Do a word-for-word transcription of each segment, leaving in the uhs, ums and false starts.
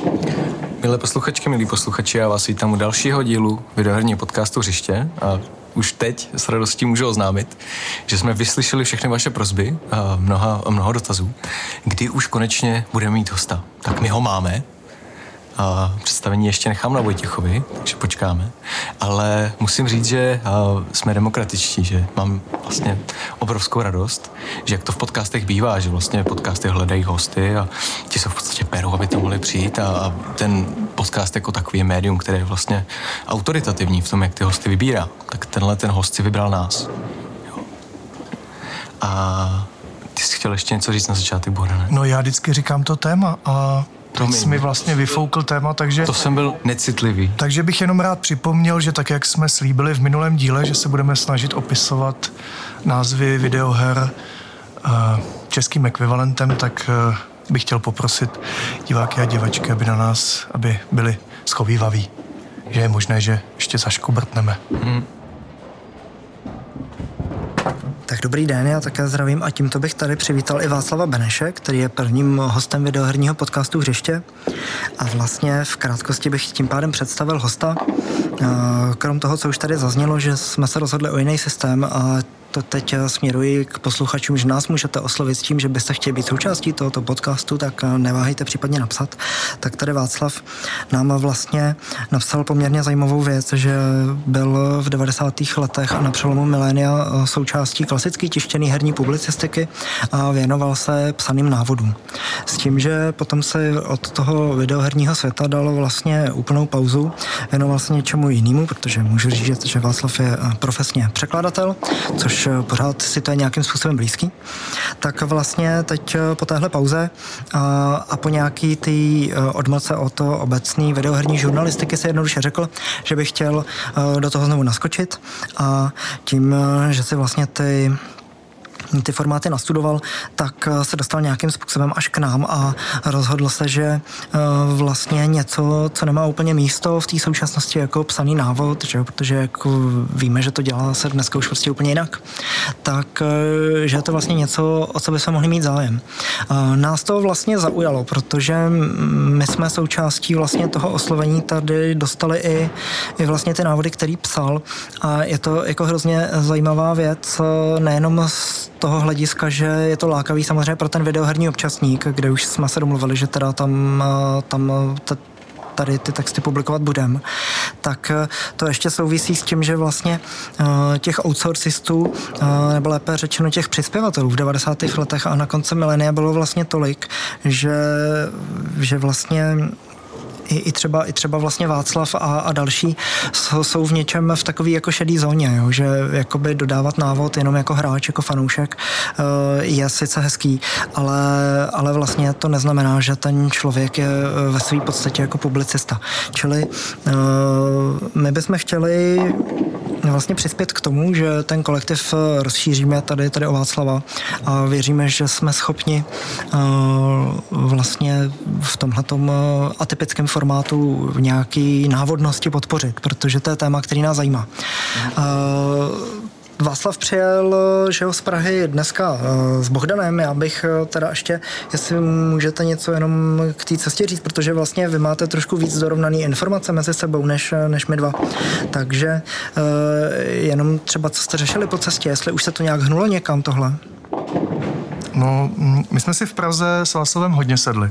Milé posluchačky, milí posluchači, já vás vítám u dalšího dílu videoherního podcastu Hřiště a už teď s radostí můžu oznámit, že jsme vyslyšeli všechny vaše prosby a mnoha, mnoho dotazů, kdy už konečně budeme mít hosta. Tak my ho máme. A představení ještě nechám na Vojtěchovi, takže počkáme. Ale musím říct, že jsme demokratičtí, že mám vlastně obrovskou radost, že jak to v podcastech bývá, že vlastně podcasty hledají hosty a ti se v podstatě perou, aby tam mohli přijít a, a ten podcast jako takový je médium, které je vlastně autoritativní v tom, jak ty hosty vybírá. Tak tenhle ten host si vybral nás. Jo. A ty jsi chtěl ještě něco říct na začátek, Bohdane? No já vždycky říkám to téma a To jsi mi vlastně vyfoukl téma, takže... To jsem byl necitlivý. Takže bych jenom rád připomněl, že tak, jak jsme slíbili v minulém díle, že se budeme snažit opisovat názvy videoher uh, českým ekvivalentem, tak uh, bych chtěl poprosit diváky a divačky, aby na nás, aby byli schovývaví. Že je možné, že ještě zaškobrtneme. Hmm. Tak dobrý den, já také zdravím a tímto bych tady přivítal i Václava Beneše, který je prvním hostem videoherního podcastu Hřiště. A vlastně v krátkosti bych tím pádem představil hosta. Krom toho, co už tady zaznělo, že jsme se rozhodli o jiný systém a to teď směruji k posluchačům, že nás můžete oslovit s tím, že byste chtěli být součástí tohoto podcastu, tak neváhejte případně napsat. Tak tady Václav nám vlastně napsal poměrně zajímavou věc, že byl v devadesátých letech a na přelomu milénia součástí klasické tištěné herní publicistiky a věnoval se psaným návodům. S tím, že potom se od toho videoherního světa dalo vlastně úplnou pauzu, věnoval se něčemu jinému, protože můžu říct, že Václav je profesně překladatel, což pořád si to je nějakým způsobem blízký, tak vlastně teď po téhle pauze a, a po nějaký ty odmlce od obecný videoherní žurnalistiky se jednoduše řekl, že bych chtěl do toho znovu naskočit a tím, že si vlastně ty ty formáty nastudoval, tak se dostal nějakým způsobem až k nám a rozhodl se, že vlastně něco, co nemá úplně místo v té současnosti jako psaný návod, že? Protože jako víme, že to dělá se dneska už prostě úplně jinak, tak že je to vlastně něco, o co bychom mohli mít zájem. Nás to vlastně zaujalo, protože my jsme součástí vlastně toho oslovení tady dostali i, i vlastně ty návody, který psal a je to jako hrozně zajímavá věc, nejenom z toho hlediska, že je to lákavý samozřejmě pro ten videoherní občasník, kde už jsme se domluvili, že teda tam, tam t- tady ty texty publikovat budeme, tak to ještě souvisí s tím, že vlastně těch outsourcistů, nebo lépe řečeno těch přispěvatelů v devadesátých letech a na konci milénia bylo vlastně tolik, že, že vlastně I, i, třeba, i třeba vlastně Václav a, a další jsou, jsou v něčem v takové jako šedý zóně, jo? Že jakoby dodávat návod jenom jako hráč, jako fanoušek je sice hezký, ale, ale vlastně to neznamená, že ten člověk je ve své podstatě jako publicista. Čili my bychom chtěli vlastně přispět k tomu, že ten kolektiv rozšíříme tady, tady o Václava a věříme, že jsme schopni vlastně v tomhletom atypickém formátu nějaký návodnosti podpořit, protože to je téma, který nás zajímá. Václav přijel, že ho z Prahy dneska s Bohdanem, já bych teda ještě, jestli můžete něco jenom k té cestě říct, protože vlastně vy máte trošku víc dorovnaný informace mezi sebou, než, než my dva. Takže jenom třeba, co jste řešili po cestě, jestli už se to nějak hnulo někam tohle? No, my jsme si v Praze s Václavem hodně sedli.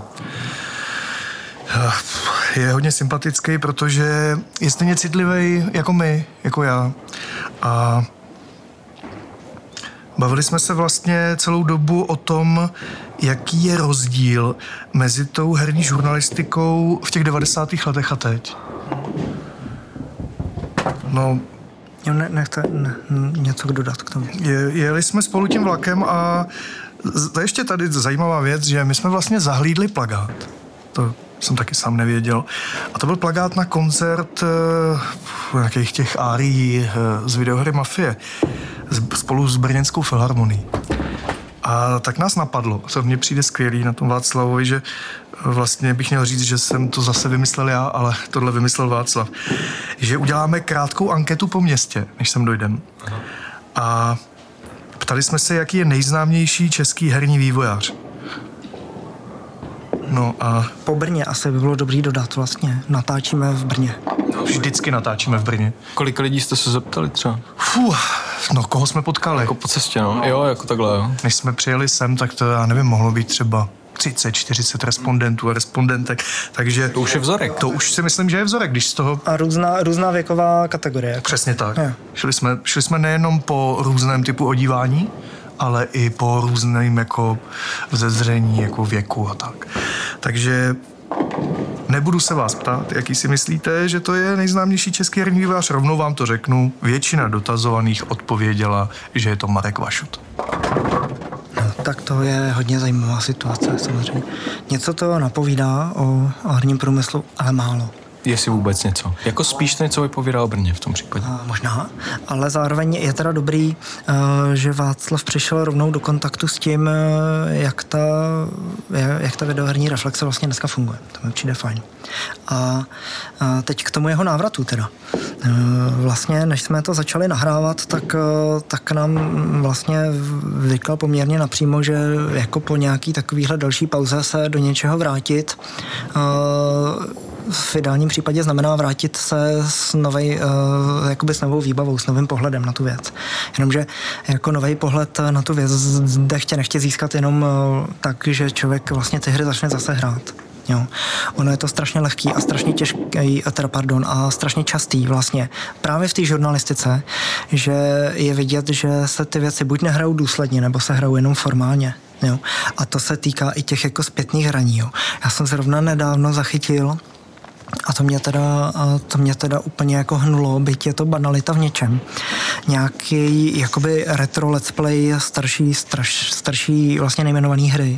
Je hodně sympatický, protože je stejně citlivý jako my, jako já. A bavili jsme se vlastně celou dobu o tom, jaký je rozdíl mezi tou herní žurnalistikou v těch devadesátých letech a teď. No, jo, ne, nechte ne, něco dodat k tomu. Je, jeli jsme spolu tím vlakem a to ještě tady zajímavá věc, že my jsme vlastně zahlídli plakát. To jsem taky sám nevěděl. A to byl plakát na koncert uh, nějakých těch árií uh, z videohry Mafie z, spolu s brněnskou filharmonií. A tak nás napadlo, co mně přijde skvělý na tom Václavovi, že vlastně bych měl říct, že jsem to zase vymyslel já, ale tohle vymyslel Václav. Že uděláme krátkou anketu po městě, než sem dojdem. Aha. A ptali jsme se, jaký je nejznámější český herní vývojář. No a... Po Brně asi by bylo dobrý dodat vlastně. Natáčíme v Brně. No, vždycky natáčíme v Brně. Kolik lidí jste se zeptali třeba? Fuh, no koho jsme potkali? Jako po cestě, no. Jo, jako takhle, jo. Než jsme přijeli sem, tak to, já nevím, mohlo být třeba třicet, čtyřicet respondentů a respondentek, takže... To už je vzorek. To už si myslím, že je vzorek, když z toho... A různá, různá věková kategorie. Přesně tak. Je. Šli jsme, šli jsme nejenom po různém typu odívání, ale i po různém jako vzezření, jako věku a tak. Takže nebudu se vás ptát, jaký si myslíte, že to je nejznámější český herní vývojář, rovnou vám to řeknu. Většina dotazovaných odpověděla, že je to Marek Vašut. Tak to je hodně zajímavá situace, samozřejmě. Něco to napovídá o, o herním průmyslu, ale málo. Jestli vůbec něco. Jako spíš to něco vypovídá o Brně v tom případě. A možná, ale zároveň je teda dobrý, že Václav přišel rovnou do kontaktu s tím, jak ta, jak ta videoherní reflexe vlastně dneska funguje. To mi přijde fajn. A teď k tomu jeho návratu teda. Vlastně, než jsme to začali nahrávat, tak, tak nám vlastně říkal poměrně napřímo, že jako po nějaký takovýhle další pauze se do něčeho vrátit v ideálním případě znamená vrátit se s, novej, uh, jakoby s novou výbavou, s novým pohledem na tu věc. Jenomže jako nový pohled na tu věc zde chtě nechtě získat jenom uh, tak, že člověk vlastně ty hry začne zase hrát. Jo. Ono je to strašně lehký a strašně těžký, teda pardon, a strašně častý vlastně právě v té žurnalistice, že je vidět, že se ty věci buď nehrajou důsledně, nebo se hrajou jenom formálně. Jo. A to se týká i těch jako zpětných hraní. Jo. Já jsem zrovna nedávno zachytil a to mě teda, to mě teda úplně jako hnulo, byť je to banalita v něčem. Nějaký jakoby retro let's play starší, straš, starší vlastně nejmenovaný hry.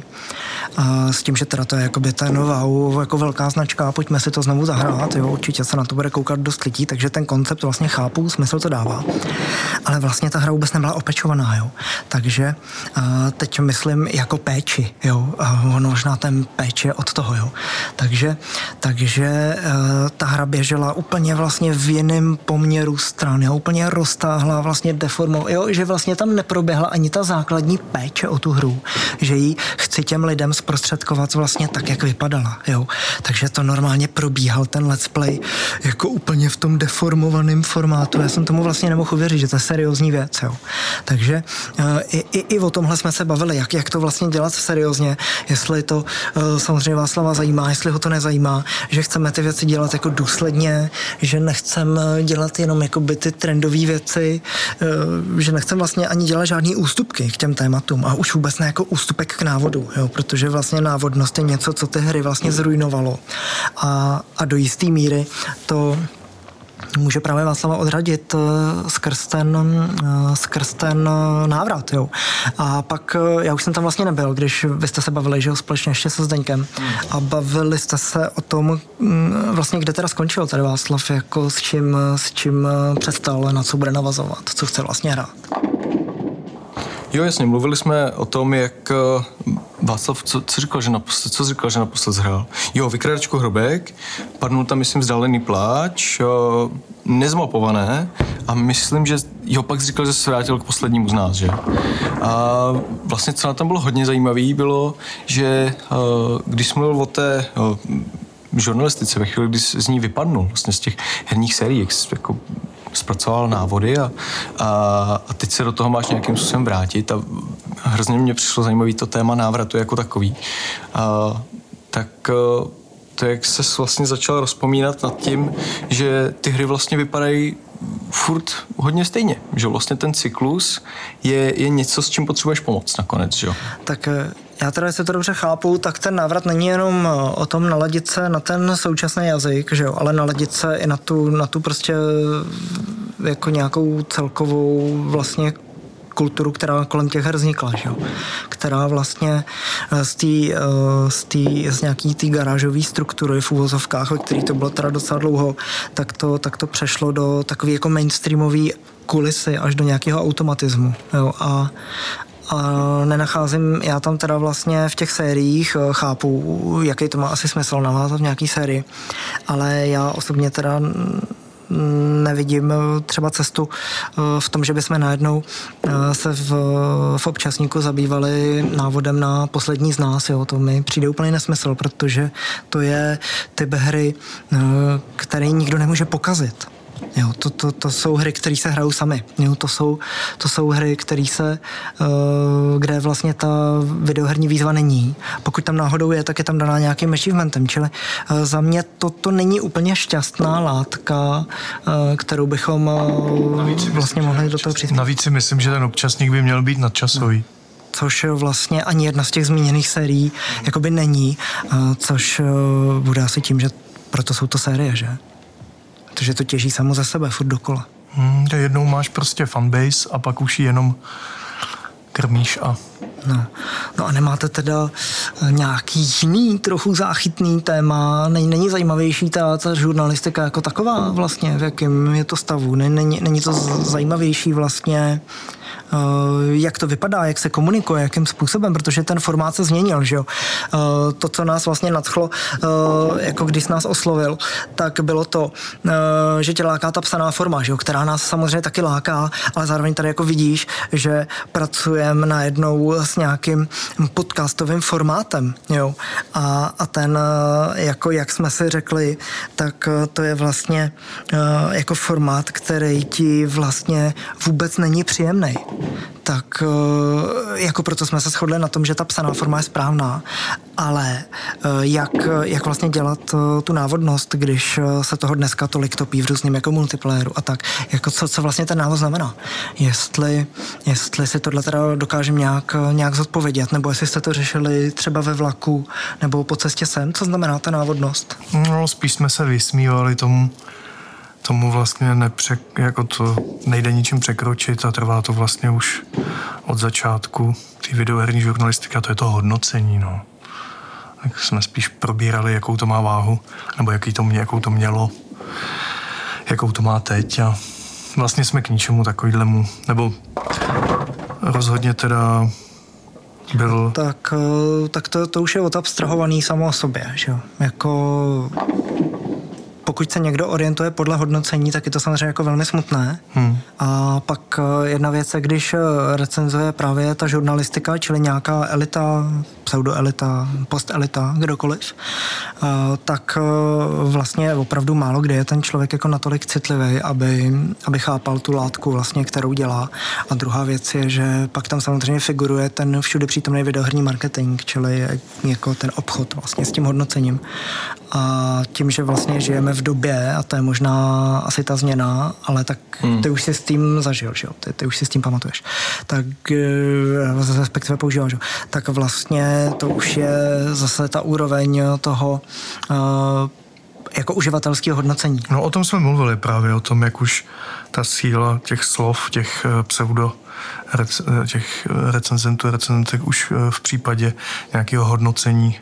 A s tím, že teda to je jakoby ten wow, jako velká značka, pojďme si to znovu zahrát, jo, určitě se na to bude koukat dost lidí, takže ten koncept vlastně chápu, smysl to dává. Ale vlastně ta hra vůbec nebyla opečovaná, jo. Takže a teď myslím jako péči, jo, a ono možná ten péč je od toho, jo. Takže, takže ta hra běžela úplně vlastně v jiném poměru stran, jo, úplně roztáhla, vlastně deformovala, jo, že vlastně tam neproběhla ani ta základní péče o tu hru, že ji chci těm lidem zprostředkovat vlastně tak, jak vypadala, jo. Takže to normálně probíhal ten let's play jako úplně v tom deformovaném formátu. Já jsem tomu vlastně nemohl uvěřit, že to je seriózní věc, jo. Takže i, i, i o tomhle jsme se bavili, jak, jak to vlastně dělat seriózně, jestli to samozřejmě Václava zajímá, jestli ho to nezajímá, že chceme ty věci dělat jako důsledně, že nechceme dělat jenom jakoby ty trendové věci, že nechceme vlastně ani dělat žádný ústupky k těm tématům a už vůbec ne jako ústupek k návodu, jo, protože vlastně návodnost je něco, co ty hry vlastně zrujnovalo a, a do jisté míry to může právě Václava odradit uh, skrz ten, uh, skrz ten uh, návrat, jo. A pak, uh, já už jsem tam vlastně nebyl, když vy jste se bavili, že jo, společně ještě se Zdeňkem a bavili jste se o tom, um, vlastně kde teda skončil tady Václav, jako s čím, s čím uh, přestal, na co bude navazovat, co chce vlastně hrát. Jo, jasně, mluvili jsme o tom, jak Václav, co, co říkal, že naposled, co říkal, že naposled zhrál? Jo, Vykradačku hrobek, padnul tam, myslím, Vzdálený pláč, o, Nezmapované a myslím, že jo, pak říkal, že se vrátil k Poslednímu z nás, že? A vlastně, co na tom bylo hodně zajímavé, bylo, že o, když mluvil o té o, žurnalistice, ve chvíli, kdy z ní vypadnul, vlastně z těch herních sérií, jak jako zpracoval návody a, a, a teď se do toho máš nějakým způsobem vrátit a hrozně mě přišlo zajímavý to téma návratu jako takový. A, tak to, jak se vlastně začal rozpomínat nad tím, že ty hry vlastně vypadají furt hodně stejně, že vlastně ten cyklus je, je něco, s čím potřebuješ pomoct nakonec, že jo? Tak já teda, jestli to dobře chápu, tak ten návrat není jenom o tom naladit se na ten současný jazyk, že jo, ale naladit se i na tu, na tu prostě jako nějakou celkovou vlastně kulturu, která kolem těch her vznikla, že jo? Která vlastně z, tý, z, tý, z nějaký té garážové struktury v uvozovkách, ve který to bylo teda docela dlouho, tak to, tak to přešlo do takové jako mainstreamové kulisy až do nějakého automatismu. Jo? A, a nenacházím, já tam teda vlastně v těch sériích chápu, jaký to má asi smysl navázat v nějaký sérii, ale já osobně teda nevidím třeba cestu v tom, že bychom najednou se v, v občasníku zabývali návodem na Poslední z nás. Jo. To mi přijde úplně nesmysl, protože to je typ hry, který nikdo nemůže pokazit. Jo, to, to, to jsou hry, které se hrajou sami. Jo, to, jsou, to jsou hry, které se, uh, kde vlastně ta videoherní výzva není. Pokud tam náhodou je, tak je tam daná nějakým achievementem. Čili uh, za mě to, to není úplně šťastná látka, uh, kterou bychom uh, vlastně mohli do toho přispět. Navíc si myslím, že ten občasník by měl být nadčasový. No. Což vlastně ani jedna z těch zmíněných sérií jakoby není, uh, což uh, bude asi tím, že proto jsou to série, že? Protože to těží samo za sebe, furt dokola. Hmm, jednou máš prostě fanbase a pak už ji jenom krmíš a... No. no a nemáte teda nějaký jiný, trochu záchytný téma? Není, není zajímavější ta, ta žurnalistika jako taková vlastně? V jakém je to stavu? Není, není to zajímavější vlastně... jak to vypadá, jak se komunikuje, jakým způsobem, protože ten formát se změnil, že jo. To, co nás vlastně nadchlo, jako když nás oslovil, tak bylo to, že tě láká ta psaná forma, že jo, která nás samozřejmě taky láká, ale zároveň tady jako vidíš, že pracujeme najednou s nějakým podcastovým formátem, jo. A, a ten, jako jak jsme si řekli, tak to je vlastně jako formát, který ti vlastně vůbec není příjemný. Tak jako proto jsme se shodli na tom, že ta psaná forma je správná, ale jak, jak vlastně dělat tu návodnost, když se toho dneska tolik topí v různým jako multiplayeru a tak, jako co, co vlastně ten návod znamená. Jestli, jestli si tohle teda dokážeme nějak, nějak zodpovědět, nebo jestli jste to řešili třeba ve vlaku, nebo po cestě sem, co znamená ta návodnost? No, spíš jsme se vysmívali tomu, tomu vlastně nepře, jako to nejde ničím překročit a trvá to vlastně už od začátku té videoherní žurnalistiky a to je to hodnocení, no. Tak jsme spíš probírali, jakou to má váhu, nebo jaký to mě, jakou to mělo, jakou to má teď a vlastně jsme k ničemu takovýhlemu, nebo rozhodně teda byl... Tak, tak to, to už je odabstrahovaný samo o sobě, že jo, jako... Pokud se někdo orientuje podle hodnocení, tak je to samozřejmě jako velmi smutné. Hmm. A pak jedna věc je, když recenzuje právě ta žurnalistika, čili nějaká elita, pseudoelita, postelita, kdokoliv, tak vlastně opravdu málo kdy je ten člověk jako natolik citlivý, aby, aby chápal tu látku vlastně, kterou dělá. A druhá věc je, že pak tam samozřejmě figuruje ten všude přítomný videoherní marketing, čili jako ten obchod vlastně s tím hodnocením. A tím, že vlastně žijeme v době, a to je možná asi ta změna, ale tak hmm. ty už si s tím zažil, že jo? Ty, ty už si s tím pamatuješ. Tak respektive používal, že jo? Tak vlastně to už je zase ta úroveň toho uh, jako uživatelského hodnocení. No o tom jsme mluvili právě, o tom, jak už ta síla těch slov, těch pseudo těch recenzentů, recenzentek už v případě nějakého hodnocení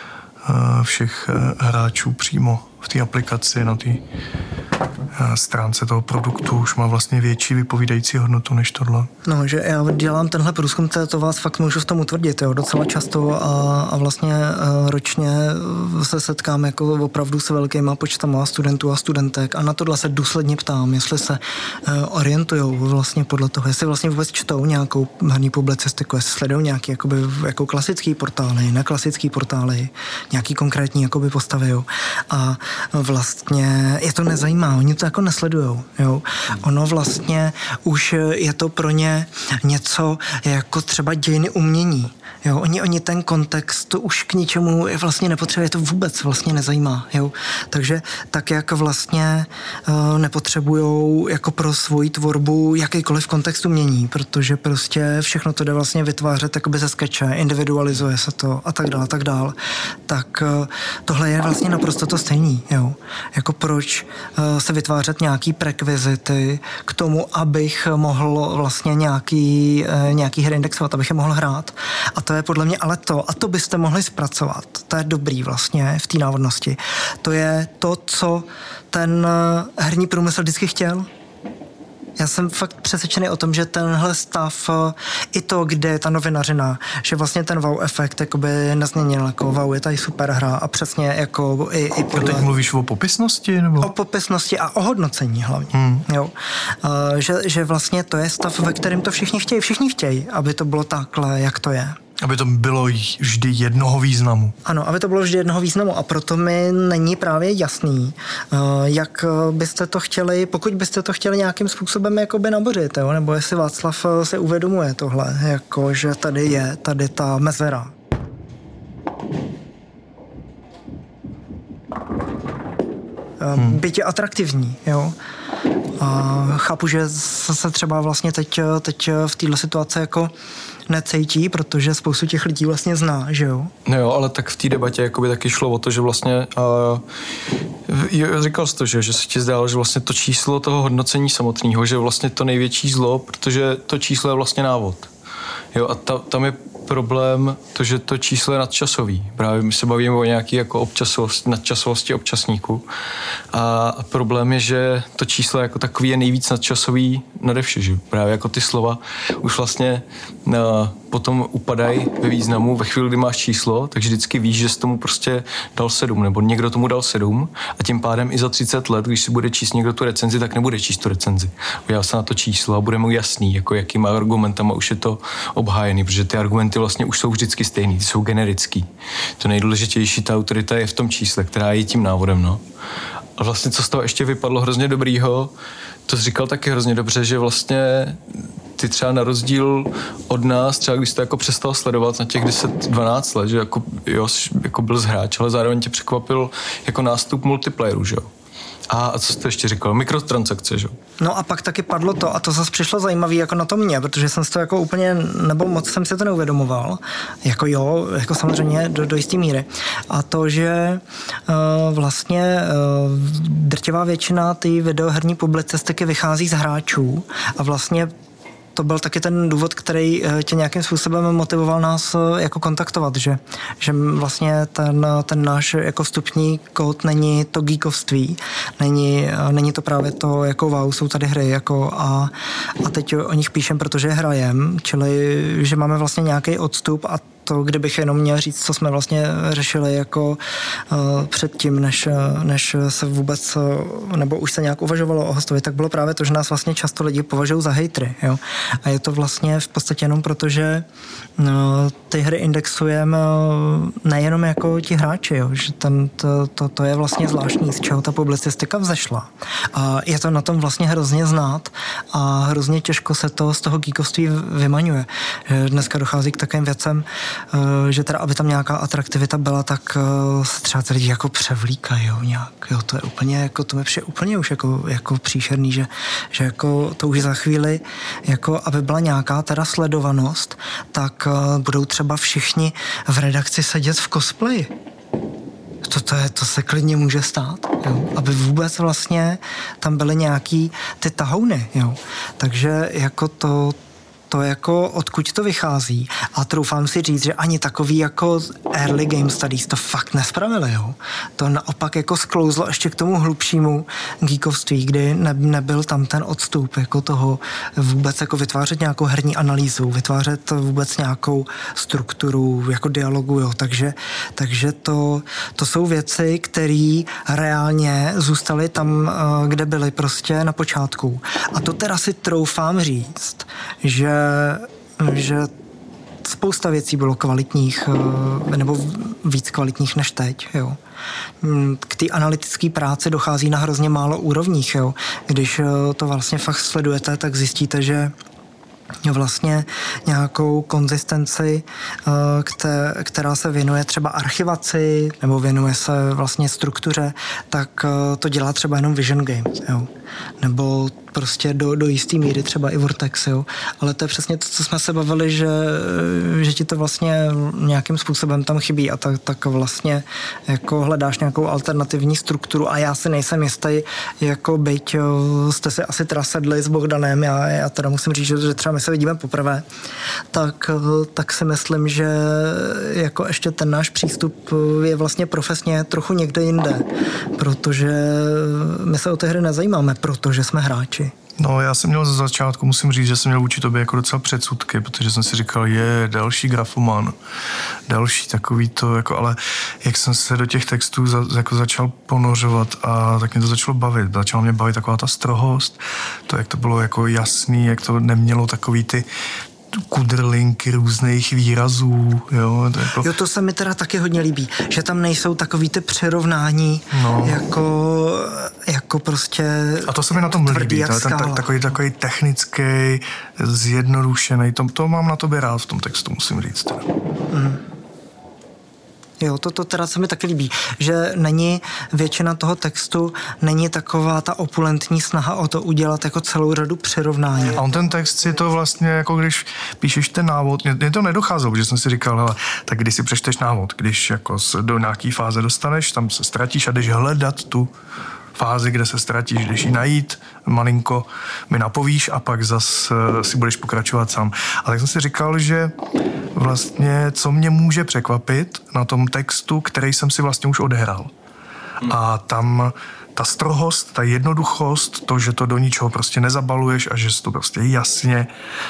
všech hráčů přímo v té aplikaci, na té stránce toho produktu už má vlastně větší vypovídající hodnotu než tohle. No, že já dělám tenhle průzkum, to, to vás fakt můžu v tom utvrdit, jo, docela často a, a vlastně a ročně se setkám jako opravdu s velkýma počtama studentů a studentek a na tohle se důsledně ptám, jestli se orientujou vlastně podle toho, jestli vlastně vůbec čtou nějakou herní publicistiku, jestli sledují nějaký jakoby, jako klasický portály, neklasický portály, nějaký konkrétní jakoby postavy, jo. A vlastně je to nezajímá, oni to jako nesledujou, jo. Ono vlastně už je to pro ně něco jako třeba dějiny umění, jo. Oni, oni ten kontext to už k ničemu vlastně nepotřebuje, to vůbec vlastně nezajímá, jo. Takže tak, jak vlastně uh, nepotřebujou jako pro svoji tvorbu jakýkoliv kontext umění, protože prostě všechno to jde vlastně vytvářet jakoby ze skeče, individualizuje se to a tak dále, a tak dále. Tak uh, tohle je vlastně naprosto to stejný, jo. Jako proč uh, se vytvářet nějaký prekvizity k tomu, abych mohl vlastně nějaký, uh, nějaký hry indexovat, abych je mohl hrát. A to je podle mě ale to, a to byste mohli zpracovat. To je dobrý vlastně v té návodnosti. To je to, co ten uh, herní průmysl vždycky chtěl. Já jsem fakt přesvědčený o tom, že tenhle stav, i to, kde je ta novinařina, že vlastně ten wow efekt jakoby nezměnil, jako wow, je tady super hra a přesně jako i, i podle... Teď mluvíš o popisnosti? Nebo? O popisnosti a o hodnocení hlavně. Hmm. Jo. Uh, že, že vlastně to je stav, ve kterém to všichni chtějí. Všichni chtějí, aby to bylo takhle, jak to je. Aby to bylo vždy jednoho významu. Ano, aby to bylo vždy jednoho významu a proto mi není právě jasný, jak byste to chtěli, pokud byste to chtěli nějakým způsobem jakoby nabořit, jo? Nebo jestli Václav si uvědomuje tohle, jako že tady je, tady ta mezera. Hmm. Byť je atraktivní, jo. A chápu, že se třeba vlastně teď, teď v této situaci jako necítí, protože spoustu těch lidí vlastně zná, že jo? No jo, ale tak v té debatě jakoby taky šlo o to, že vlastně uh, říkal jsi to, že, že se ti zdálo, že vlastně to číslo toho hodnocení samotného, že vlastně to největší zlo, protože to číslo je vlastně návod. Jo, a ta, tam je problém to, že to číslo je nadčasový. Právě my se bavíme o nějaký jako občasovosti, nadčasovosti občasníku. A problém je, že to číslo jako takový je nejvíc nadčasový nade vše, že právě jako ty slova už vlastně na, potom upadají ve významu. Ve chvíli, kdy máš číslo, takže vždycky víš, že jsi tomu prostě dal sedm, nebo někdo tomu dal sedm a tím pádem i za třicet let, když si bude číst někdo tu recenzi, tak nebude číst tu recenzi. Udělal se na to číslo a bude mu jasný, jako jakýma argumentama už je to obhájený, protože ty argumenty vlastně už jsou vždycky stejný, ty jsou generický. To nejdůležitější, ta autorita je v tom čísle, která je tím návodem, no. A vlastně, co z toho ještě vypadlo hrozně dobrýho, to jsi říkal taky hrozně dobře, že vlastně ty třeba na rozdíl od nás, třeba když jsi to jako přestal sledovat na těch deset dvanáct let, že jako, jo, jako byl hráč, ale zároveň tě překvapil jako nástup multiplayeru, že jo. A, a co jsi to ještě říkal? Mikrotransakce, že? No a pak taky padlo to, a to zase přišlo zajímavý jako na to mě, protože jsem si to jako úplně, nebo moc jsem si to neuvědomoval. Jako jo, jako samozřejmě do, do jistý míry. A to, že uh, vlastně uh, drtivá většina té videoherní publicistiky vychází z hráčů a vlastně to byl taky ten důvod, který tě nějakým způsobem motivoval nás jako kontaktovat, že, že vlastně ten, ten náš jako vstupní kód není to geekovství, není, není to právě to jako wow, jsou tady hry jako a, a teď o nich píšem, protože hrajem, čili že máme vlastně nějaký odstup a to, kdybych jenom měl říct, co jsme vlastně řešili jako uh, předtím, než, než se vůbec, uh, nebo už se nějak uvažovalo o hostovi, tak bylo právě to, že nás vlastně často lidi považují za hejtry, jo. A je to vlastně v podstatě jenom proto, že uh, ty hry indexujeme uh, nejenom jako ti hráči, jo, že ten, to, to, to je vlastně zvláštní, z čeho ta publicistika vzešla. A je to na tom vlastně hrozně znát a hrozně těžko se to z toho geekovství vymaňuje. Dneska dochází k takovým věcem, že teda, aby tam nějaká atraktivita byla, tak se třeba ty lidi jako převlíkají, jo, nějak, jo, to je úplně, jako, to mi přijde úplně už jako, jako příšerný, že, že jako to už za chvíli, jako aby byla nějaká teda sledovanost, tak budou třeba všichni v redakci sedět v cosplayi. To, to, je, to se klidně může stát, jo? Aby vůbec vlastně tam byly nějaký ty tahouny, jo? Takže jako to, to jako odkud to vychází a troufám si říct, že ani takový jako early game studies to fakt nespravili, jo. To naopak jako sklouzlo ještě k tomu hlubšímu geekovství, kdy ne, nebyl tam ten odstup jako toho vůbec jako vytvářet nějakou herní analýzu, vytvářet vůbec nějakou strukturu jako dialogu, jo. Takže, takže to, to jsou věci, které reálně zůstaly tam, kde byly prostě na počátku. A to teda si troufám říct, že že spousta věcí bylo kvalitních, nebo víc kvalitních než teď, jo. K té analytické práci dochází na hrozně málo úrovních, jo. Když to vlastně fakt sledujete, tak zjistíte, že vlastně nějakou konzistenci, která se věnuje třeba archivaci nebo věnuje se vlastně struktuře, tak to dělá třeba jenom Vision Games, jo. Nebo prostě do, do jistý míry třeba i Vortex, jo. Ale to je přesně to, co jsme se bavili, že, že ti to vlastně nějakým způsobem tam chybí a tak, tak vlastně jako hledáš nějakou alternativní strukturu a já si nejsem jistý, jako byť jste si asi teda sedli s Bohdanem, já, já teda musím říct, že, že třeba my se vidíme poprvé, tak, tak si myslím, že jako ještě ten náš přístup je vlastně profesně trochu někde jinde, protože my se o ty hry nezajímáme, protože jsme hráči. Beneši? No, já jsem měl za začátku, musím říct, že jsem měl vůči tobě jako docela předsudky, protože jsem si říkal, je, další grafoman, další takový to, jako, ale jak jsem se do těch textů za, jako začal ponořovat a tak mě to začalo bavit. Začala mě bavit taková ta strohost, to, jak to bylo jako jasný, jak to nemělo takový ty kudrlinky různých výrazů, jo. To, jako... jo, to se mi teda taky hodně líbí, že tam nejsou takový ty přirovnání, no. jako, jako prostě a to se mi na tom líbí, to, ten, ten, takový, takový technický, zjednodušený, to, to mám na tobě rád v tom textu, musím říct. Mm. Jo, to, to teda se mi taky líbí, že není většina toho textu, není taková ta opulentní snaha o to udělat jako celou řadu přirovnání. A on ten text si to vlastně, jako když píšeš ten návod, mě to nedocházelo, protože jsem si říkal, hele, tak když si přečteš návod, když jako do nějaký fáze dostaneš, tam se ztratíš a jdeš hledat tu fázi, kde se ztratíš, jdeš ji najít, malinko mi napovíš a pak zas si budeš pokračovat sám. A tak jsem si říkal, že vlastně, co mě může překvapit na tom textu, který jsem si vlastně už odehrál. A tam ta strohost, ta jednoduchost, to, že to do ničeho prostě nezabaluješ a že to prostě jasně,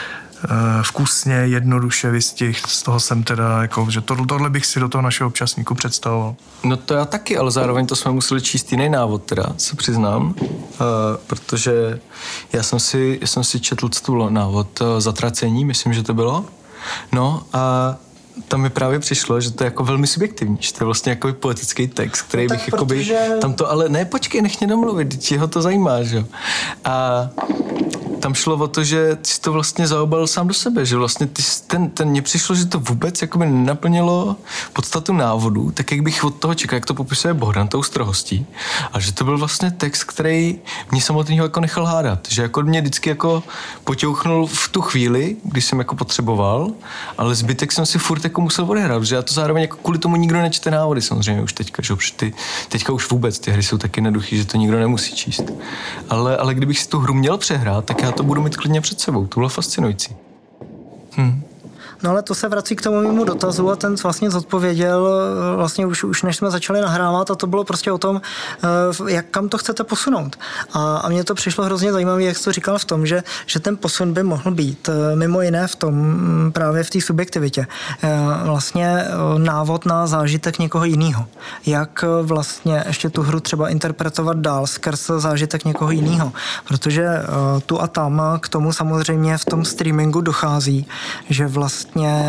vkusně, jednoduše vystih, z toho jsem teda, jako, že to, tohle bych si do toho našeho občasníku představoval. No to já taky, ale zároveň to jsme museli číst jiný návod teda, se přiznám, uh, protože já jsem si, já jsem si četl tu návod uh, Zatracení, myslím, že to bylo, no a tam mi právě přišlo, že to je jako velmi subjektivní, že to je vlastně jako poetický text, který no bych jakoby, protože... tam to, ale ne, počkej, nech mě domluvit, těho to zajímá, že jo. A tam šlo o to, že ty jsi to vlastně zaobalil sám do sebe, že vlastně ty, ten, ten mně přišlo, že to vůbec jakoby nenaplnilo podstatu návodu, tak jak bych od toho čekal, jak to popisuje Bohdan tou strohostí, a že to byl vlastně text, který mě samotného jako nechal hádat, že jako mě vždycky jako potěuchnul v tu chvíli, když jsem jako potřeboval, ale zbytek jsem si furt jako musel odehrát, že já to zároveň jako kvůli tomu nikdo nečte návody samozřejmě už teďka, že už ty, teďka už vůbec ty hry jsou taky neduchý, že to nikdo nemusí číst. Ale, ale kdybych si tu hru měl přehrát, tak já to budu mít klidně před sebou. To bylo fascinující. Hm. No ale to se vrací k tomu mému dotazu a ten vlastně zodpověděl vlastně už, už než jsme začali nahrávat a to bylo prostě o tom, jak kam to chcete posunout. A, a mně to přišlo hrozně zajímavé, jak jsi to říkal v tom, že, že ten posun by mohl být mimo jiné v tom, právě v té subjektivitě. Vlastně návod na zážitek někoho jiného. Jak vlastně ještě tu hru třeba interpretovat dál skrz zážitek někoho jiného. Protože tu a tam k tomu samozřejmě v tom streamingu dochází, že vlastně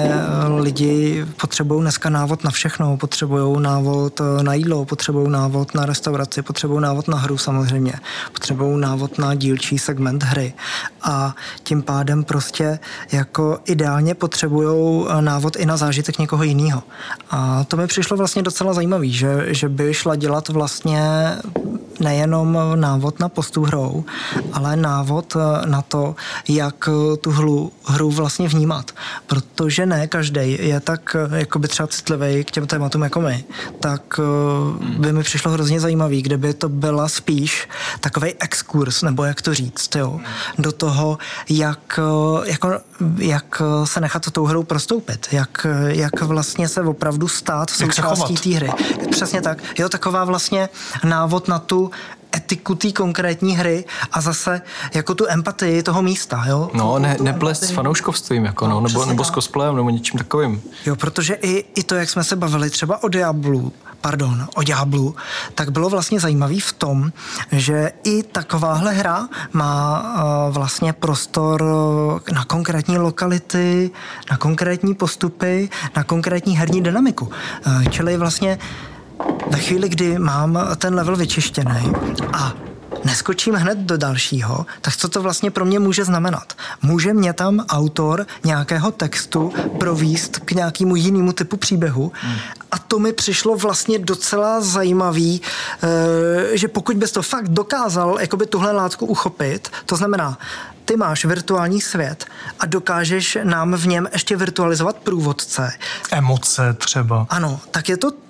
lidi potřebují dneska návod na všechno, potřebují návod na jídlo, potřebují návod na restauraci, potřebují návod na hru samozřejmě, potřebují návod na dílčí segment hry a tím pádem prostě jako ideálně potřebují návod i na zážitek někoho jiného. A to mi přišlo vlastně docela zajímavý, že, že by šla dělat vlastně nejenom návod na postup hrou, ale návod na to, jak tu hru, hru vlastně vnímat. Protože ne každý je tak jakoby třeba citlivý k těm tématům jako my, tak by mi přišlo hrozně zajímavý, kdyby to byla spíš takovej exkurs, nebo jak to říct, jo, do toho, jak, jako, jak se nechat tou hrou prostoupit, jak, jak vlastně se opravdu stát součástí té hry. Přesně tak. Jo, taková vlastně návod na tu etiku té konkrétní hry a zase jako tu empatii toho místa, jo? No, ne, neplést s fanouškovstvím, jako no, nebo, nebo s cosplayem, nebo něčím takovým. Jo, protože i, i to, jak jsme se bavili třeba o Diablu, pardon, o Diablu, tak bylo vlastně zajímavý v tom, že i takováhle hra má uh, vlastně prostor na konkrétní lokality, na konkrétní postupy, na konkrétní herní dynamiku. Uh, čili vlastně ve chvíli, kdy mám ten level vyčištěný a neskočím hned do dalšího, tak co to vlastně pro mě může znamenat? Může mě tam autor nějakého textu províst k nějakému jinému typu příběhu hmm. a to mi přišlo vlastně docela zajímavý, že pokud bys to fakt dokázal jakoby tuhle látku uchopit, to znamená, ty máš virtuální svět a dokážeš nám v něm ještě virtualizovat průvodce. Emoce třeba. Ano, tak je to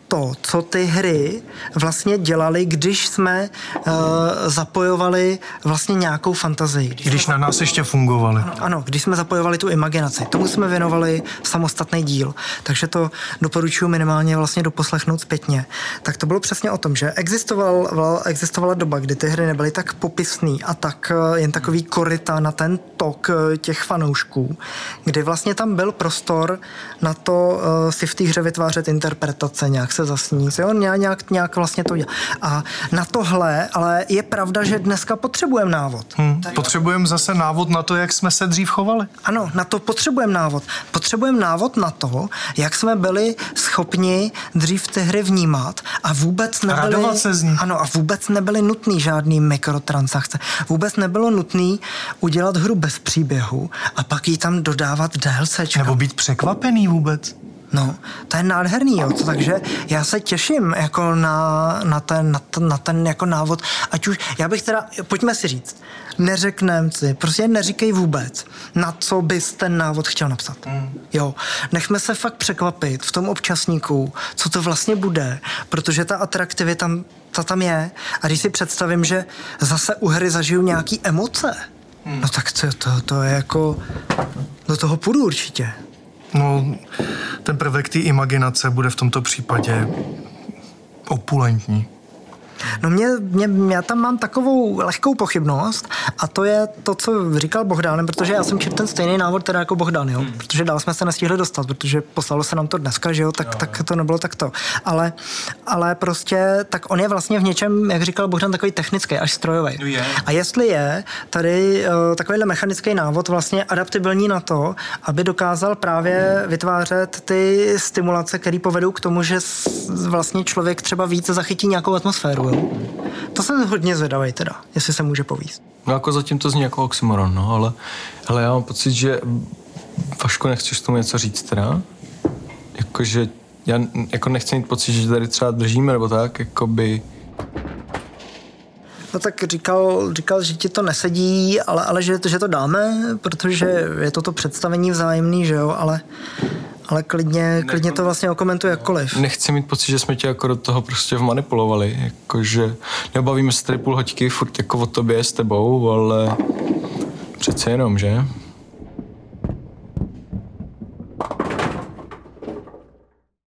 to, co ty hry vlastně dělaly, když jsme uh, zapojovali vlastně nějakou fantazii. Když, když na nás ještě fungovaly. Ano, ano, když jsme zapojovali tu imaginaci. Tomu jsme věnovali samostatný díl. Takže to doporučuji minimálně vlastně doposlechnout zpětně. Tak to bylo přesně o tom, že existoval, existovala doba, kdy ty hry nebyly tak popisný a tak jen takový koryta na ten tok těch fanoušků, kdy vlastně tam byl prostor na to uh, si v té hře vytvářet interpretace, nějak se zasnít, jo, nějak, nějak vlastně to dělat. A na tohle, ale je pravda, že dneska potřebujeme návod. Hmm. Potřebujeme zase návod na to, jak jsme se dřív chovali? Ano, na to potřebujeme návod. Potřebujeme návod na to, jak jsme byli schopni dřív ty hry vnímat a vůbec nebyly... Radovat se z ní. Ano, a vůbec nebyly nutný žádný mikrotransakce. Vůbec nebylo nutný udělat hru bez příběhu a pak jí tam dodávat DLCčka. Nebo být překvapený vůbec. No, to je nádherný, jo. Takže já se těším jako na, na, ten, na, ten, na ten jako návod. Ať už, já bych teda, pojďme si říct, neřekneme si, prostě neříkej vůbec, na co bys ten návod chtěl napsat. Mm. Jo, nechme se fakt překvapit v tom občasníku, co to vlastně bude, protože ta atraktivita tam, ta tam je. A když si představím, že zase u hry zažiju nějaký emoce, mm. no tak to, to, to je jako, do toho půjdu určitě. No, ten prvek té imaginace bude v tomto případě opulentní. No mě, mě, já tam mám takovou lehkou pochybnost a to je to, co říkal Bohdan, protože já jsem četl ten stejný návod teda jako Bohdan, jo, hmm. protože dál jsme se nestihli dostat, protože poslalo se nám to dneska, že jo, tak, jo. tak to nebylo takto. Ale, ale prostě, tak on je vlastně v něčem, jak říkal Bohdan, takový technický, až strojový. No je. A jestli je tady uh, takovýhle mechanický návod vlastně adaptibilní na to, aby dokázal právě vytvářet ty stimulace, které povedou k tomu, že vlastně člověk třeba více zachytí nějakou atmosféru. Jo? To jsem hodně zvědavej teda, jestli se může povíst. No jako zatím to zní jako oxymoron, no, ale, ale já mám pocit, že Vašku, nechceš tomu něco říct teda? Jakože já jako nechci mít pocit, že tady třeba držíme, nebo tak, jakoby... No tak říkal, říkal, že ti to nesedí, ale, ale že, že to dáme, protože je to to představení vzájemný, že jo, ale... Ale klidně, klidně to vlastně okomentuje jakkoliv. Nechci mít pocit, že jsme tě jako do toho prostě vmanipulovali, jakože nebavíme se tady půl hoďky furt jako o tobě s tebou, ale přece jenom, že?